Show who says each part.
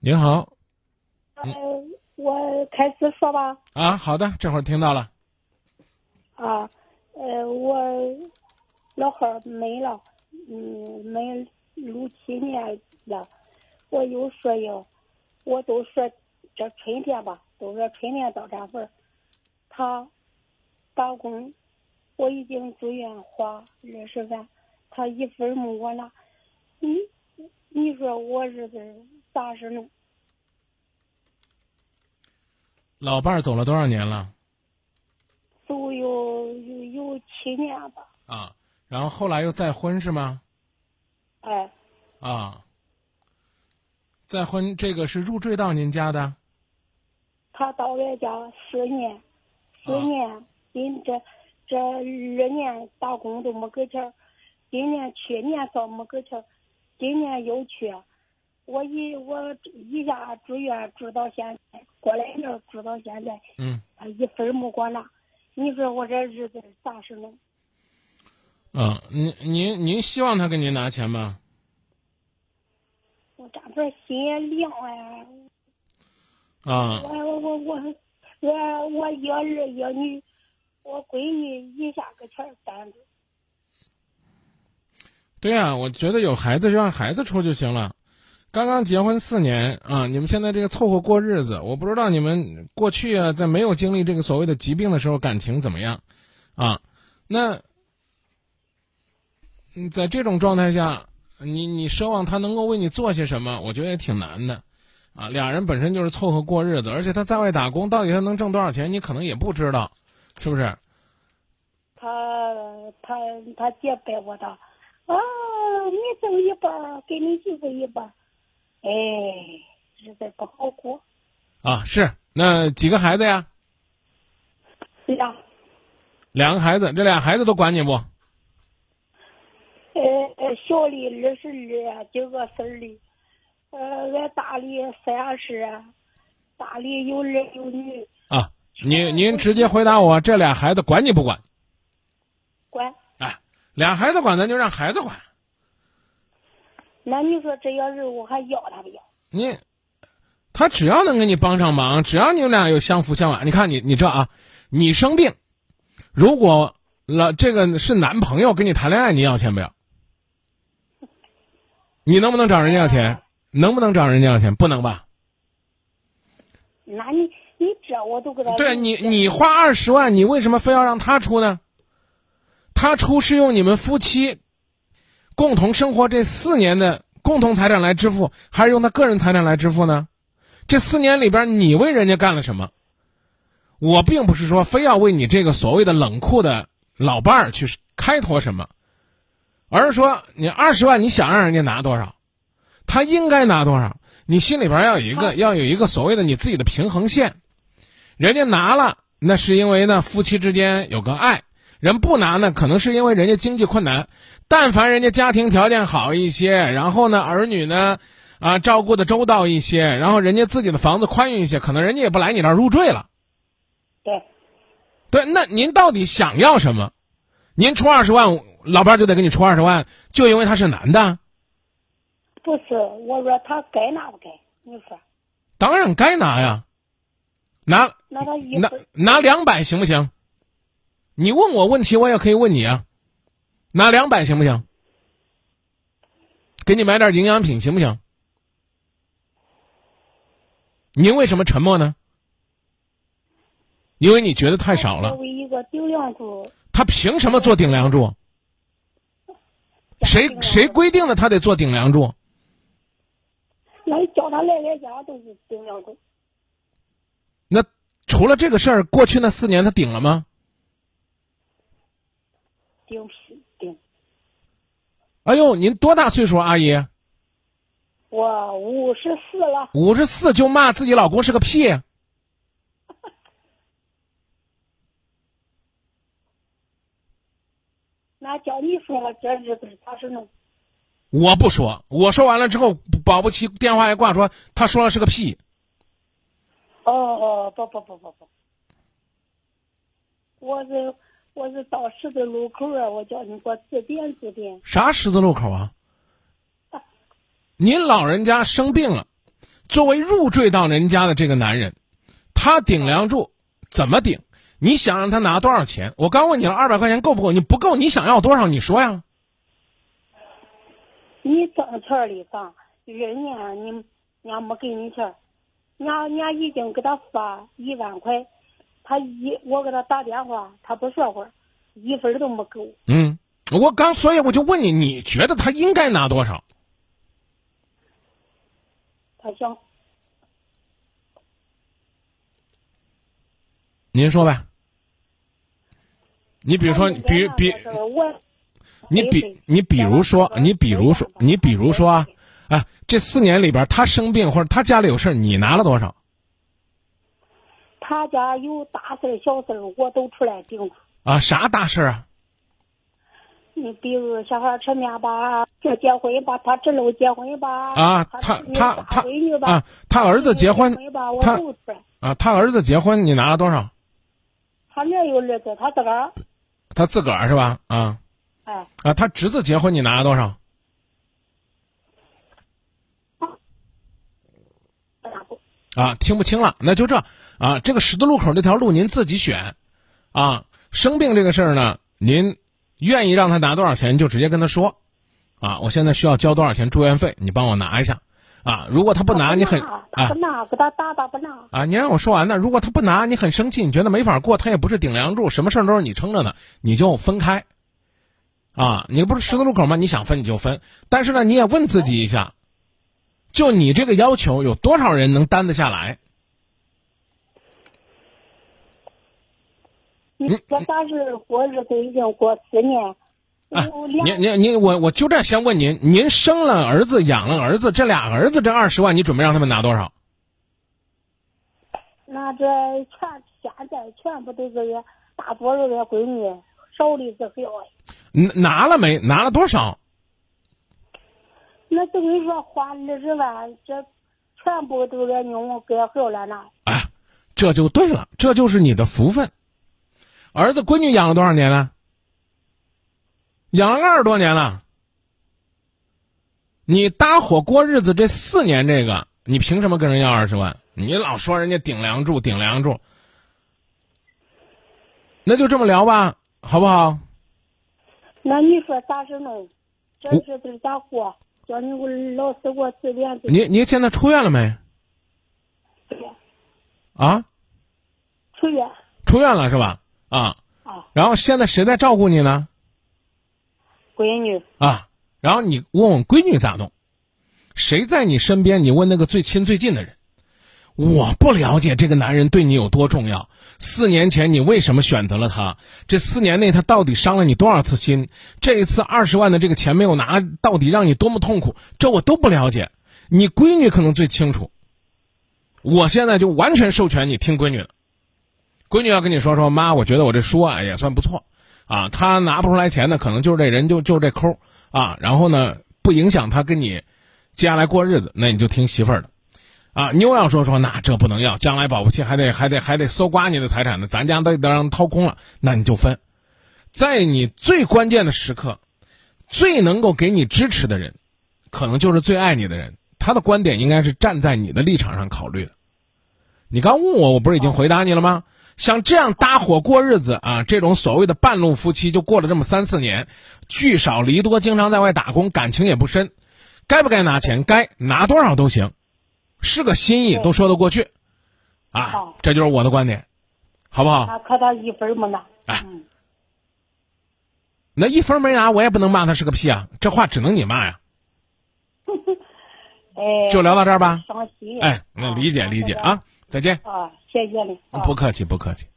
Speaker 1: 您好。
Speaker 2: 呃，我开始说吧。
Speaker 1: 啊，好的，这会儿听到了。
Speaker 2: 啊，我老汉儿没了，没6、7年了。我有说要，我都说这春天吧，都说春天到这份儿，他打工，我已经住院花20万，他一分没我拿。你说我日子咋是弄？
Speaker 1: 老伴儿走了多少年了？
Speaker 2: 都有7年吧。
Speaker 1: 啊，然后后来又再婚是吗？
Speaker 2: 哎，
Speaker 1: 啊，再婚这个是入赘到您家的？
Speaker 2: 他到俺家4年，这2年打工都没给钱儿，去年倒没给钱儿，今年又去，我一下住院住到现在，过来人住到现在，他一分没给我拿，你说我这日子咋是弄？
Speaker 1: 您希望他给您拿钱吗？
Speaker 2: 我这份心也凉哎。
Speaker 1: 啊，
Speaker 2: 我一儿一女，我闺女一下个钱担着。
Speaker 1: 对呀，我觉得有孩子就让孩子出就行了。刚刚结婚4年啊，你们现在这个凑合过日子，我不知道你们过去啊，在没有经历这个所谓的疾病的时候，感情怎么样啊？那在这种状态下，你奢望他能够为你做些什么，我觉得也挺难的，啊，俩人本身就是凑合过日子，而且他在外打工，到底他能挣多少钱，你可能也不知道，是不是？
Speaker 2: 他姐拜我的，你挣一半，给你媳妇一半，哎，日子不好过。
Speaker 1: 啊，是，那几个孩子呀
Speaker 2: 是呀。
Speaker 1: ？2个孩子，这俩孩子都管你不？
Speaker 2: 小的22，今个12，俺大的30，大的有儿有女。
Speaker 1: 啊，您直接回答我，这俩孩子管你不管？
Speaker 2: 管。
Speaker 1: 哎，俩孩子管，咱就让孩子管。
Speaker 2: 那你说这要是我还要他不要？
Speaker 1: 他只要能给你帮上忙，只要你们俩有相扶相挽，你看你这啊，你生病，如果这个是男朋友跟你谈恋爱，你要钱不要？你能不能找人家要钱？能不能找人家要钱？不能吧？
Speaker 2: 那你这我都给他。
Speaker 1: 对你花20万，你为什么非要让他出呢？他出是用你们夫妻共同生活这4年的共同财产来支付，还是用他个人财产来支付呢？这4年里边，你为人家干了什么？我并不是说非要为你这个所谓的冷酷的老伴儿去开脱什么，而是说你20万，你想让人家拿多少，他应该拿多少，你心里边要有一个所谓的你自己的平衡线。人家拿了，那是因为呢夫妻之间有个爱；人不拿呢，可能是因为人家经济困难。但凡人家家庭条件好一些，然后呢儿女呢照顾的周到一些，然后人家自己的房子宽裕一些，可能人家也不来你这儿入赘了。对，那您到底想要什么？您出20万，老伴儿就得给你出20万，就因为他是男的？
Speaker 2: 不是，我说他该拿不该？你说？
Speaker 1: 当然该拿呀，拿200行不行？你问我问题，我也可以问你啊，拿200行不行？给你买点营养品行不行？您为什么沉默呢？因为你觉得太少了。
Speaker 2: 作为一个顶梁柱，
Speaker 1: 他凭什么做顶梁柱？谁规定的他得做顶梁柱？
Speaker 2: 那你叫他来俺家都是顶梁柱。
Speaker 1: 那除了这个事儿，过去那4年他顶了吗？
Speaker 2: 顶屁顶。
Speaker 1: 哎呦，您多大岁数，阿姨？
Speaker 2: 我54了。
Speaker 1: 54就骂自己老公是个屁？
Speaker 2: 那叫你说这日子咋是弄？
Speaker 1: 我不说，我说完了之后，保不齐电话一挂说他说了是个屁。
Speaker 2: 不，我是到十字路口啊，我叫你给我指点指点。
Speaker 1: 啥十字路口啊？您老人家生病了， 作为入赘到人家的这个男人，他顶梁柱怎么顶？你想让他拿多少钱？我刚问你了，200块钱够不够？你不够，你想要多少？你说呀。
Speaker 2: 你挣钱的房，人家你家没给你钱，人家已经给他发1万块，我给他打电话，他不说话，1分都没够。
Speaker 1: 所以我就问你，你觉得他应该拿多少？
Speaker 2: 他想，
Speaker 1: 您说呗。你比如说，你比如说啊，这4年里边他生病或者他家里有事你拿了多少？
Speaker 2: 他家有大事小事我都出来顶
Speaker 1: 啊。啥大事啊？
Speaker 2: 你比如小孩吃面吧，这结婚吧，他侄女结婚吧，
Speaker 1: 啊，他
Speaker 2: 闺女吧，
Speaker 1: 他儿子结婚
Speaker 2: 吧，我都出来。
Speaker 1: 啊，他儿子结婚你拿了多少？
Speaker 2: 他哪有儿子？他自个儿。
Speaker 1: 他自个儿是吧？啊。
Speaker 2: 哎。
Speaker 1: 啊，他侄子结婚你拿了多少？啊，听不清了，那就这啊，这个十字路口这条路您自己选，啊，生病这个事儿呢，您愿意让他拿多少钱就直接跟他说，啊，我现在需要交多少钱住院费，你帮我拿一下，啊，如果他不拿，你很
Speaker 2: 不拿，给他打不拿
Speaker 1: 啊，你让我说完呢，如果他不拿，你很生气，你觉得没法过，他也不是顶梁柱，什么事儿都是你撑着呢，你就分开，啊，你不是十字路口吗？你想分你就分，但是呢，你也问自己一下。就你这个要求，有多少人能担得下来？
Speaker 2: 我当时过日子已经过4年。
Speaker 1: 我就这先问您，您生了儿子，养了儿子，这俩儿子这20万，你准备让他们拿多少？
Speaker 2: 那这现在全部都是大多数的闺女，少的是小。
Speaker 1: 拿了没？拿了多少？
Speaker 2: 那等于说花20万，这全部都给用给后了呢。
Speaker 1: 哎，这就对了，这就是你的福分。儿子闺女养了多少年了？养了20多年了。你搭伙过日子这4年，这个你凭什么跟人要20万？你老说人家顶梁柱，那就这么聊吧，好不好？
Speaker 2: 那你说咋是弄？这日子咋过？叫你老师给我指点。
Speaker 1: 你现在出院了没？啊？出院了是吧？啊。然后现在谁在照顾你呢？
Speaker 2: 闺女。
Speaker 1: 啊。然后你问问闺女咋弄？谁在你身边？你问那个最亲最近的人。我不了解这个男人对你有多重要。4年前你为什么选择了他？这4年内他到底伤了你多少次心？这一次20万的这个钱没有拿，到底让你多么痛苦？这我都不了解。你闺女可能最清楚。我现在就完全授权你听闺女的。闺女要跟你说妈，我觉得我这书也算不错啊。他拿不出来钱呢，可能就是这人就这抠啊。然后呢，不影响他跟你接下来过日子，那你就听媳妇儿的。啊，你又要说那这不能要，将来保不齐还得搜刮你的财产呢，咱家都得让掏空了，那你就分。在你最关键的时刻，最能够给你支持的人，可能就是最爱你的人，他的观点应该是站在你的立场上考虑的。你刚问我不是已经回答你了吗？像这样搭伙过日子啊，这种所谓的半路夫妻就过了这么3-4年，聚少离多，经常在外打工，感情也不深，该不该拿钱？该拿多少都行。是个心意都说得过去，啊，这就是我的观点，好不好？
Speaker 2: 那可他1分没拿。
Speaker 1: 那1分没拿，我也不能骂他是个屁啊，这话只能你骂呀。就聊到这儿吧。
Speaker 2: 伤心。
Speaker 1: 那理解啊，再见。
Speaker 2: 谢谢你。
Speaker 1: 不客气。